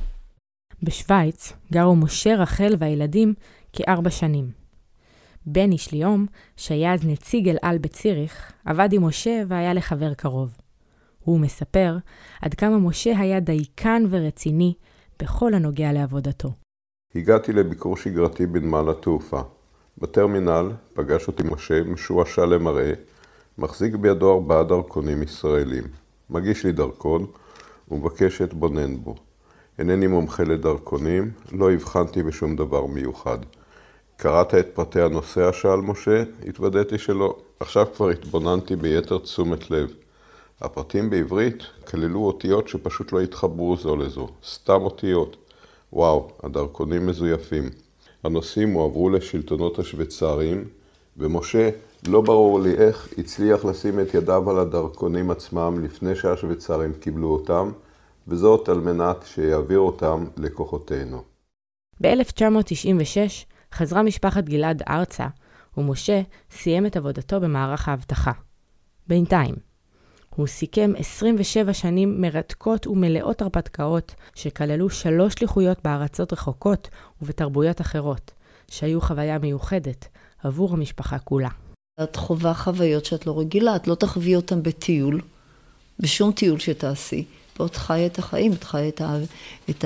בשוויץ גרו משה, רחל והילדים כארבע שנים. בני שליום, שהיה אז נציג אל על בציריך, עבד עם משה והיה לחבר קרוב. הוא מספר עד כמה משה היה דייקן ורציני בכל הנוגע לעבודתו. הגעתי לביקור שגרתי בנמל התעופה. בטרמינל פגש אותי משה משועשע למראה, מחזיק בידו ארבעה דרכונים ישראלים. מגיש לי דרכון ומבקש להתבונן בו. אינני מומחה לדרכונים, לא הבחנתי בשום דבר מיוחד. קראת את פרטי הנוסע, שאל משה, התוודעתי שלא. עכשיו כבר התבוננתי ביתר תשומת לב. הפרטים בעברית כללו אותיות שפשוט לא התחברו זו לזו, סתם אותיות. וואו, הדרכונים מזויפים. הנוסעים הועברו לשלטונות השוויצריים, ומשה, לא ברור לי איך, הצליח לשים את ידיו על הדרכונים עצמם לפני שהשוויצרים קיבלו אותם, וזאת על מנת שיעביר אותם לכוחותינו. ב-אלף תשע מאות תשעים ושש חזרה משפחת גלעד ארצה, ומשה סיים את עבודתו במערך האבטחה. בינתיים, הוא סיכם עשרים ושבע שנים מרתקות ומלאות הרפתקאות, שכללו שלוש שליחויות בארצות רחוקות ובתרבויות אחרות, שהיו חוויה מיוחדת עבור המשפחה כולה. את חובה חוויות שאת לא רגילה, את לא תחווי אותם בטיול, בשום טיול שתעשי. פה את חי את החיים, את חי את, ה... את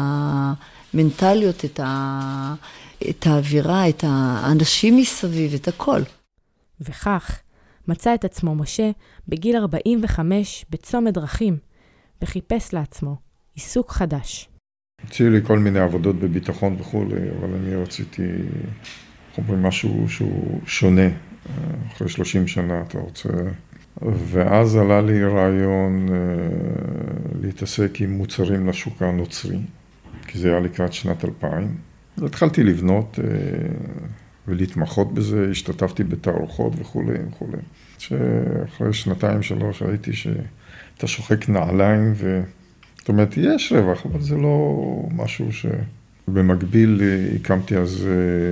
המנטליות, את, ה... את האווירה, את האנשים מסביב, את הכל. וכך מצא את עצמו משה בגיל ארבעים וחמש בצומת דרכים, וחיפש לעצמו עיסוק חדש. הציעו לי כל מיני עבודות בביטחון וכו', אבל אני רציתי, אומרים, משהו שהוא שונה. אחרי שלושים שנה אתה רוצה. ואז עלה לי רעיון להתעסק עם מוצרים לשוק הנוצרי, כי זה היה לקראת שנת אלפיים. התחלתי לבנות ולהתמחות בזה, השתתפתי בתערוכות וכו' וכו'. שאחרי שנתיים שלוש ראיתי שאתה שוחק נעליים, ו... זאת אומרת, יש רווח, אבל זה לא משהו ש... במקביל הקמתי אז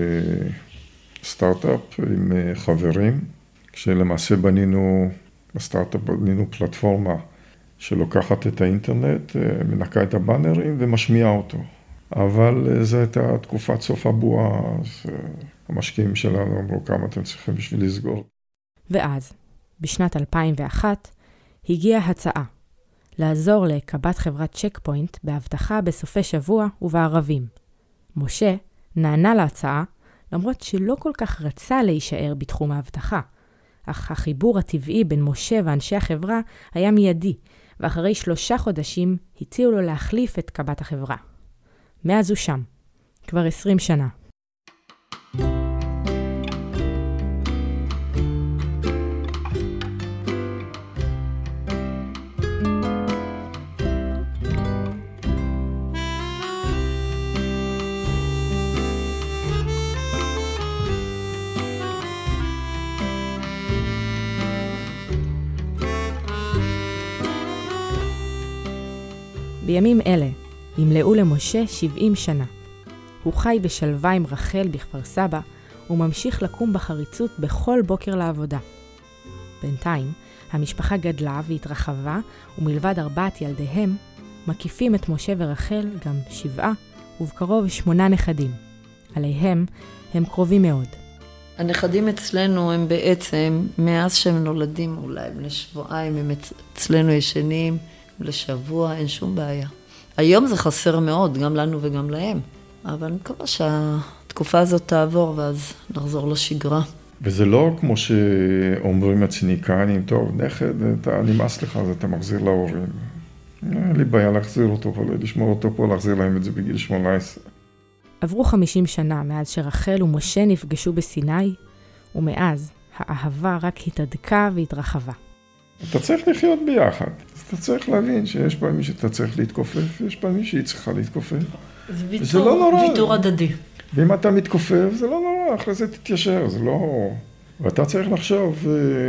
סטארט-אפ עם חברים, כשלמעשה בנינו, בסטארט-אפ בנינו פלטפורמה שלוקחת את האינטרנט, מנקה את הבאנרים ומשמיעה אותו. אבל זו הייתה תקופת סוף הבועה, אז המשקיעים שלנו אמרו כמה אתם צריכים בשביל לסגור. ואז, בשנת אלפיים ואחת, הגיעה הצעה לעזור לקב"ט חברת צ'ק פוינט בהבטחה בסופי שבוע ובערבים. משה נענה להצעה, למרות שלא כל כך רצה להישאר בתחום ההבטחה. אך החיבור הטבעי בין משה ואנשי החברה היה מיידי, ואחרי שלושה חודשים הציעו לו להחליף את קב"ט החברה. מאז הוא שם, כבר עשרים שנה. בימים אלה ימלאו למשה שבעים שנה. הוא חי בשלווה עם רחל בכפר סבא, וממשיך לקום בחריצות בכל בוקר לעבודה. בינתיים, המשפחה גדלה והתרחבה, ומלבד ארבעת ילדיהם, מקיפים את משה ורחל גם שבעה, ובקרוב שמונה נכדים. עליהם הם קרובים מאוד. הנכדים אצלנו הם בעצם, מאז שהם נולדים אולי, לשבועיים הם אצלנו ישנים, לשבוע, אין שום בעיה. היום זה חסר מאוד, גם לנו וגם להם. אבל אני מקווה שהתקופה הזאת תעבור, ואז נחזור לשגרה. וזה לא כמו שאומרים הציניקנים, טוב, נכד, אתה נמאס לך, אז אתה מחזיר להורים. אין לי בעיה להחזיר אותו פה, לשמור אותו פה, להחזיר להם את זה בגיל שמונה עשרה. עברו חמישים שנה מאז שרחל ומשה נפגשו בסיני, ומאז האהבה רק התהדקה והתרחבה. אתה צריך לחיות ביחד. אז אתה צריך להבין שיש פעמים שאתה צריך להתכופף, ויש פעמים שהיא צריכה להתכופף. זה ויתור, זה לא נורא. ויתור הדדי. ואם אתה מתכופף, זה לא נורא, אחרי זה תתיישר, זה לא... ואתה צריך לחשוב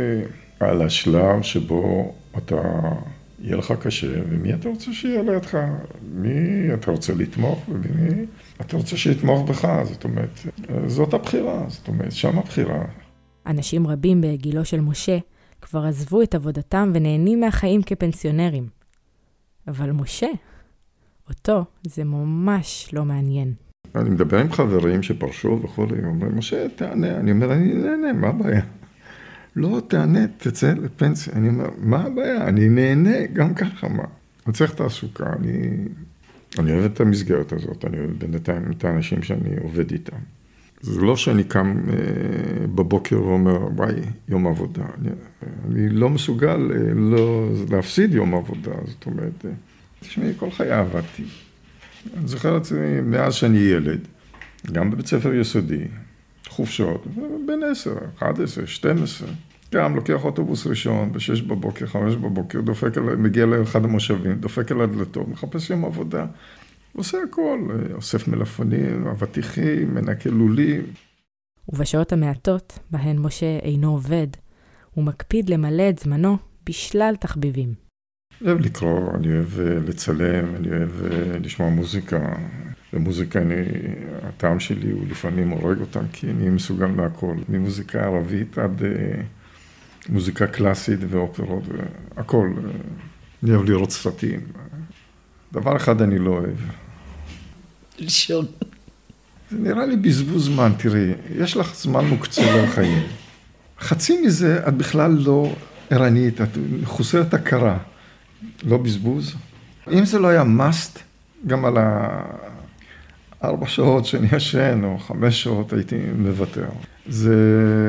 אה, על השלב שבו אתה... יהיה לך קשה, ומי אתה רוצה שיהיה לידך? מי אתה רוצה לתמוך, ומי אתה רוצה שיתמוך בך? זאת אומרת, זאת הבחירה, זאת אומרת, שם הבחירה. אנשים רבים בגילו של משה כבר עזבו את עבודתם ונהנים מהחיים כפנסיונרים. אבל משה, אותו זה ממש לא מעניין. אני מדבר עם חברים שפרשו וכו', אומרים, משה, תענה. אני אומר, אני נהנה, מה הבעיה? לא תענה, תצא לפנסיה. אני אומר, מה הבעיה? אני נהנה גם ככה, מה? אני צריך תעסוקה, אני, אני אוהב את המסגרת הזאת, אני אוהב בינתיים את האנשים שאני עובד איתם. זה לא שאני קם אה, בבוקר ואומר, וואי, יום עבודה. אני, אני לא מסוגל אה, לא, להפסיד יום עבודה, זאת אומרת, אה, תשמעי, כל חיי עבדתי. אני זוכר את זה מאז שאני ילד, גם בבית ספר יסודי, חופשות, בין עשר, אחת עשרה, שתים עשרה. גם לוקח אוטובוס ראשון, בשש בבוקר, חמש בבוקר, דופק על, מגיע לאחד המושבים, דופק על הדלתות, מחפש יום עבודה. עושה הכל, אוסף מלפונים, אבטיחים, מנקה לולים. ובשעות המעטות, בהן משה אינו עובד, הוא מקפיד למלא את זמנו בשלל תחביבים. אני אוהב לקרוא, אני אוהב לצלם, אני אוהב לשמוע מוזיקה. במוזיקה, אני, הטעם שלי הוא לפעמים הורג אותם, כי אני מסוגל מהכל. ממוזיקה ערבית עד מוזיקה קלאסית ואופרות, הכל. אני אוהב לראות סרטים. דבר אחד אני לא אוהב. לישון. זה נראה לי בזבוז זמן, תראי, יש לך זמן מוקצה לחיים. חצי מזה את בכלל לא ערנית, את חוסרת הכרה. לא בזבוז. אם זה לא היה must, גם על הארבע שעות שאני ישן, או חמש שעות הייתי מוותר. זה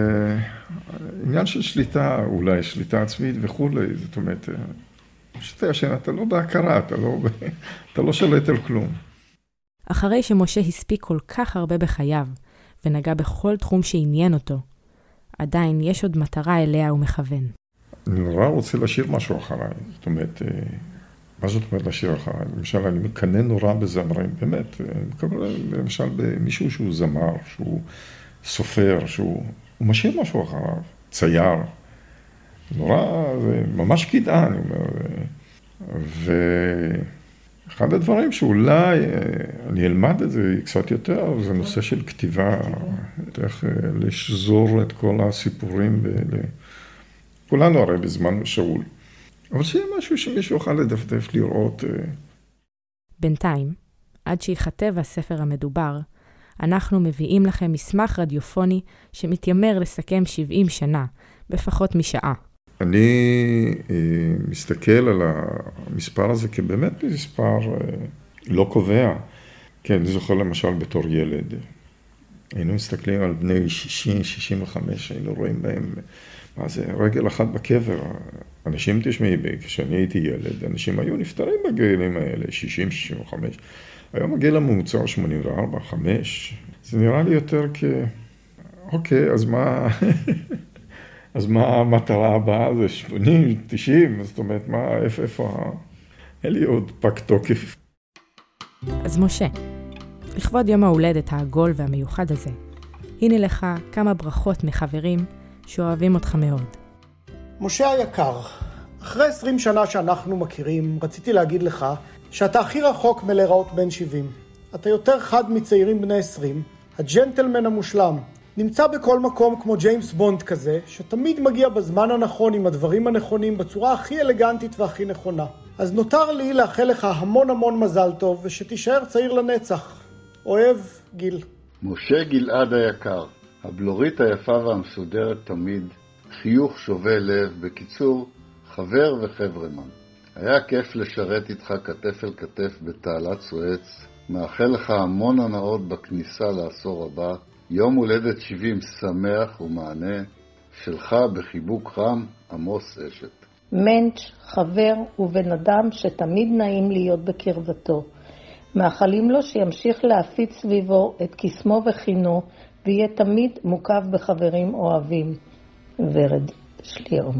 עניין של שליטה, אולי שליטה עצמית וכו'. זאת אומרת, כשאתה ישן, אתה לא בהכרה, אתה לא, אתה לא שולט על כלום. אחרי שמשה הספיק כל כך הרבה בחייו, ונגע בכל תחום שעניין אותו, עדיין יש עוד מטרה אליה הוא מכוון. אני נורא רוצה לשיר משהו אחריי. זאת אומרת, מה זאת אומרת לשיר אחריי? למשל, אני מקנא נורא בזמרים, באמת. אני מקבל למשל במישהו שהוא זמר, שהוא סופר, שהוא משאיר משהו אחריו, צייר. נורא, זה ממש כדאי, אני אומר. ואחד הדברים שאולי אני אלמד את זה קצת יותר, זה נושא של כתיבה, איך לשזור את כל הסיפורים. כולנו הרי בזמן שאול. אבל שיהיה משהו שמישהו יוכל לדפדף לראות. בינתיים, עד שיכתב הספר המדובר, אנחנו מביאים לכם מסמך רדיופוני שמתיימר לסכם שבעים שנה, בפחות משעה. אני מסתכל על המספר הזה כבאמת מספר לא קובע. כן, אני זוכר למשל בתור ילד. היינו מסתכלים על בני שישים שישים וחמש, היינו רואים בהם, מה זה, רגל אחת בקבר. אנשים תשמעי, כשאני הייתי ילד, אנשים היו נפטרים בגילים האלה, שישים שישים וחמש. היום הגיל הממוצע שמונים וארבע, חמש. זה נראה לי יותר כ... אוקיי, אז מה... אז מה המטרה הבאה? זה שמונים, תשעים, זאת אומרת, מה, איפה, איפה ה... אין לי עוד פק תוקף. אז משה, לכבוד יום ההולדת העגול והמיוחד הזה, הנה לך כמה ברכות מחברים שאוהבים אותך מאוד. משה היקר, אחרי עשרים שנה שאנחנו מכירים, רציתי להגיד לך שאתה הכי רחוק מלהיראות בן שבעים. אתה יותר חד מצעירים בני עשרים, הג'נטלמן המושלם. נמצא בכל מקום כמו ג'יימס בונד כזה, שתמיד מגיע בזמן הנכון עם הדברים הנכונים, בצורה הכי אלגנטית והכי נכונה. אז נותר לי לאחל לך המון המון מזל טוב, ושתישאר צעיר לנצח. אוהב, גיל. משה גלעד היקר, הבלורית היפה והמסודרת תמיד, חיוך שובה לב, בקיצור, חבר וחברמן. היה כיף לשרת איתך כתף אל כתף בתעלת סואץ, מאחל לך המון הנאות בכניסה לעשור הבא, יום הולדת שבעים שמח ומענה, שלך בחיבוק חם, עמוס אשת. מנץ', חבר ובן אדם שתמיד נעים להיות בקרבתו. מאחלים לו שימשיך להפיץ סביבו את קסמו וחינו, ויהיה תמיד מוקף בחברים אוהבים. ורד שלירום.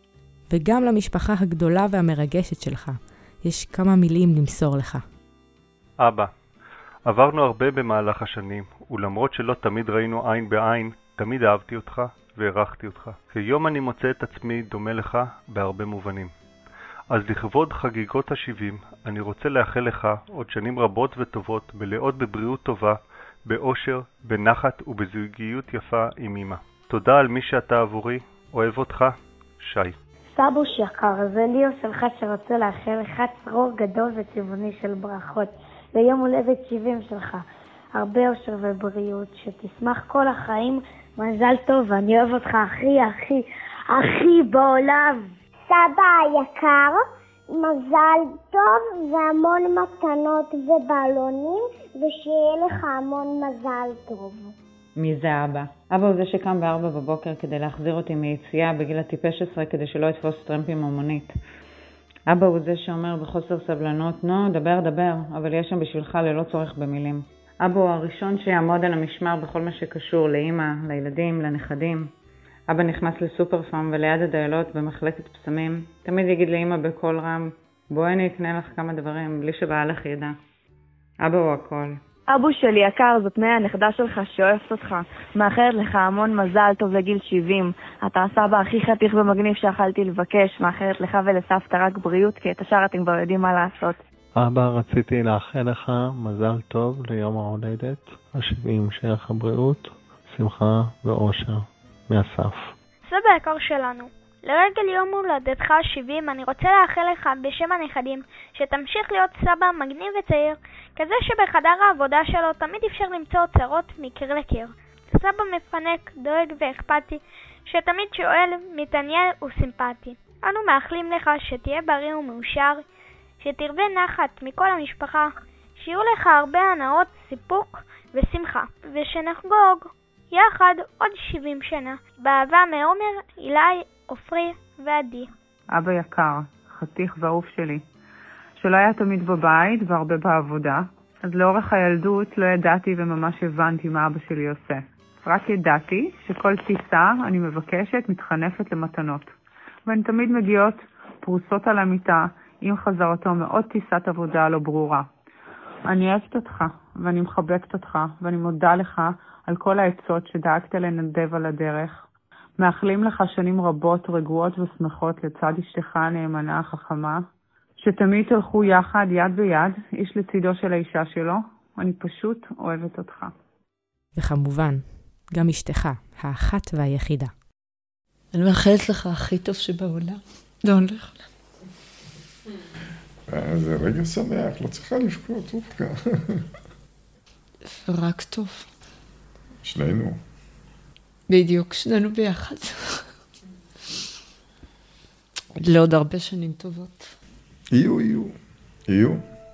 וגם למשפחה הגדולה והמרגשת שלך, יש כמה מילים למסור לך. אבא, עברנו הרבה במהלך השנים, ולמרות שלא תמיד ראינו עין בעין, תמיד אהבתי אותך והערכתי אותך. כיום אני מוצא את עצמי דומה לך בהרבה מובנים. אז לכבוד חגיגות ה-שבעים, אני רוצה לאחל לך עוד שנים רבות וטובות, מלאות בבריאות טובה, באושר, בנחת ובזוגיות יפה עם אמא. תודה על מי שאתה עבורי, אוהב אותך, שי. סבוש יקר, זה ליאו שלך שרוצה לאחל לך צרור גדול וצבעוני של ברכות. ליום הולדת שבעים שלך, הרבה אושר ובריאות, שתשמח כל החיים, מזל טוב, ואני אוהב אותך הכי הכי הכי בעולם. סבא יקר, מזל טוב והמון מתנות ובלונים, ושיהיה לך המון מזל טוב. מי זה אבא? אבא הוא זה שקם בארבע בבוקר כדי להחזיר אותי מיציאה בגיל הטיפש עשרה כדי שלא יתפוס טרמפים מונית. אבא הוא זה שאומר בחוסר סבלנות, נו, דבר, דבר, אבל יש שם בשבילך ללא צורך במילים. אבא הוא הראשון שיעמוד על המשמר בכל מה שקשור לאמא, לילדים, לנכדים. אבא נכנס לסופר פארם וליד הדיילות במחלקת פסמים. תמיד יגיד לאמא בקול רם, בואי אני אקנה לך כמה דברים, בלי שבעלך ידע. אבא הוא הכל. אבו שלי יקר, זאת מאה הנכדה שלך שאוהבת אותך. מאחרת לך המון מזל טוב לגיל שבעים. אתה הסבא הכי חתיך ומגניב שאכלתי לבקש. מאחרת לך ולסבתא רק בריאות, כי את השאר אתם כבר יודעים מה לעשות. אבא, רציתי לאחל לך מזל טוב ליום ההולדת, ה-שבעים, שיהיה לך בריאות, שמחה ואושר. מאסף. סבא יקר שלנו, לרגל יום הולדתך ה-שבעים אני רוצה לאחל לך בשם הנכדים שתמשיך להיות סבא מגניב וצעיר, כזה שבחדר העבודה שלו תמיד אפשר למצוא אוצרות מקיר לקיר. סבא מפנק, דואג ואכפתי, שתמיד שואל, מתעניין וסימפטי. אנו מאחלים לך שתהיה בריא ומאושר, שתרבה נחת מכל המשפחה, שיהיו לך הרבה הנאות, סיפוק ושמחה, ושנחגוג יחד עוד שבעים שנה, באהבה מעומר, אילי, עופרי ועדי. אבא יקר, חתיך ואהוב שלי, שלא היה תמיד בבית והרבה בעבודה, אז לאורך הילדות לא ידעתי וממש הבנתי מה אבא שלי עושה. רק ידעתי שכל טיסה אני מבקשת מתחנפת למתנות, והן תמיד מגיעות פרוסות על המיטה עם חזרתו מאוד טיסת עבודה לא ברורה. אני אוהבת אותך ואני מחבקת אותך ואני מודה לך על כל העצות שדאגת לנדב על הדרך. מאחלים לך שנים רבות רגועות ושמחות לצד אשתך הנאמנה החכמה, שתמיד תלכו יחד יד ביד, איש לצידו של האישה שלו. אני פשוט אוהבת אותך. וכמובן, גם אשתך, האחת והיחידה. אני מאחלת לך הכי טוב שבעולם. לא הולך לה. זה רגע שמח, לא צריכה לבכות, רבקה. רק טוב. שנינו. בדיוק, שנינו ביחד. לעוד הרבה שנים טובות. יהיו, יהיו, יהיו.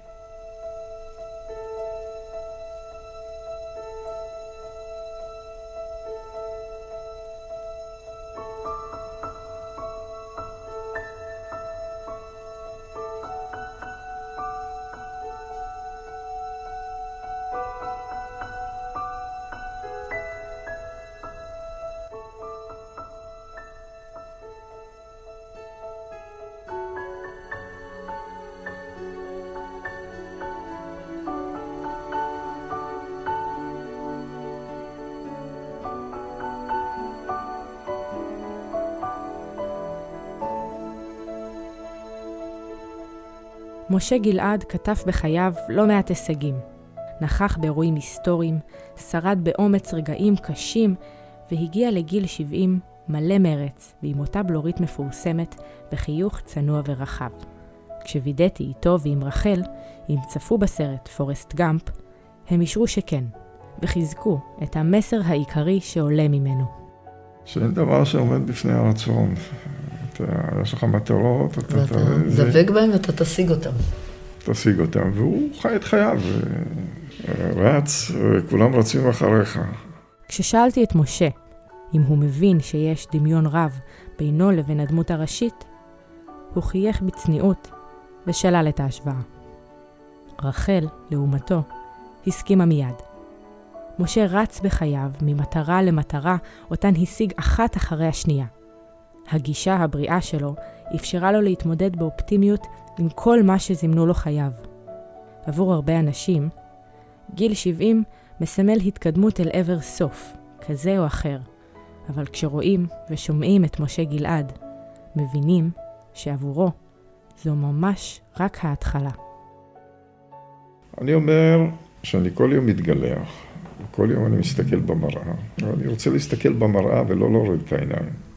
משה גלעד כתב בחייו לא מעט הישגים. נכח באירועים היסטוריים, שרד באומץ רגעים קשים, והגיע לגיל שבעים מלא מרץ, ועם אותה בלורית מפורסמת, בחיוך צנוע ורחב. כשווידאתי איתו ועם רחל, אם צפו בסרט פורסט גאמפ, הם אישרו שכן, וחיזקו את המסר העיקרי שעולה ממנו. שאין דבר שעומד בפני הרצון. יש לך מטרות, אתה דבק בהם ואתה תשיג אותם. תשיג אותם, והוא חי את חייו, רץ, וכולם רצים אחריך. כששאלתי את משה אם הוא מבין שיש דמיון רב בינו לבין הדמות הראשית, הוא חייך בצניעות ושלל את ההשוואה. רחל, לעומתו, הסכימה מיד. משה רץ בחייו ממטרה למטרה, אותן השיג אחת אחרי השנייה. הגישה הבריאה שלו אפשרה לו להתמודד באופטימיות עם כל מה שזימנו לו חייו. עבור הרבה אנשים, גיל שבעים מסמל התקדמות אל עבר סוף, כזה או אחר. אבל כשרואים ושומעים את משה גלעד, מבינים שעבורו זו ממש רק ההתחלה. אני אומר שאני כל יום מתגלח, כל יום אני מסתכל במראה. אני רוצה להסתכל במראה ולא להוריד את העיניים.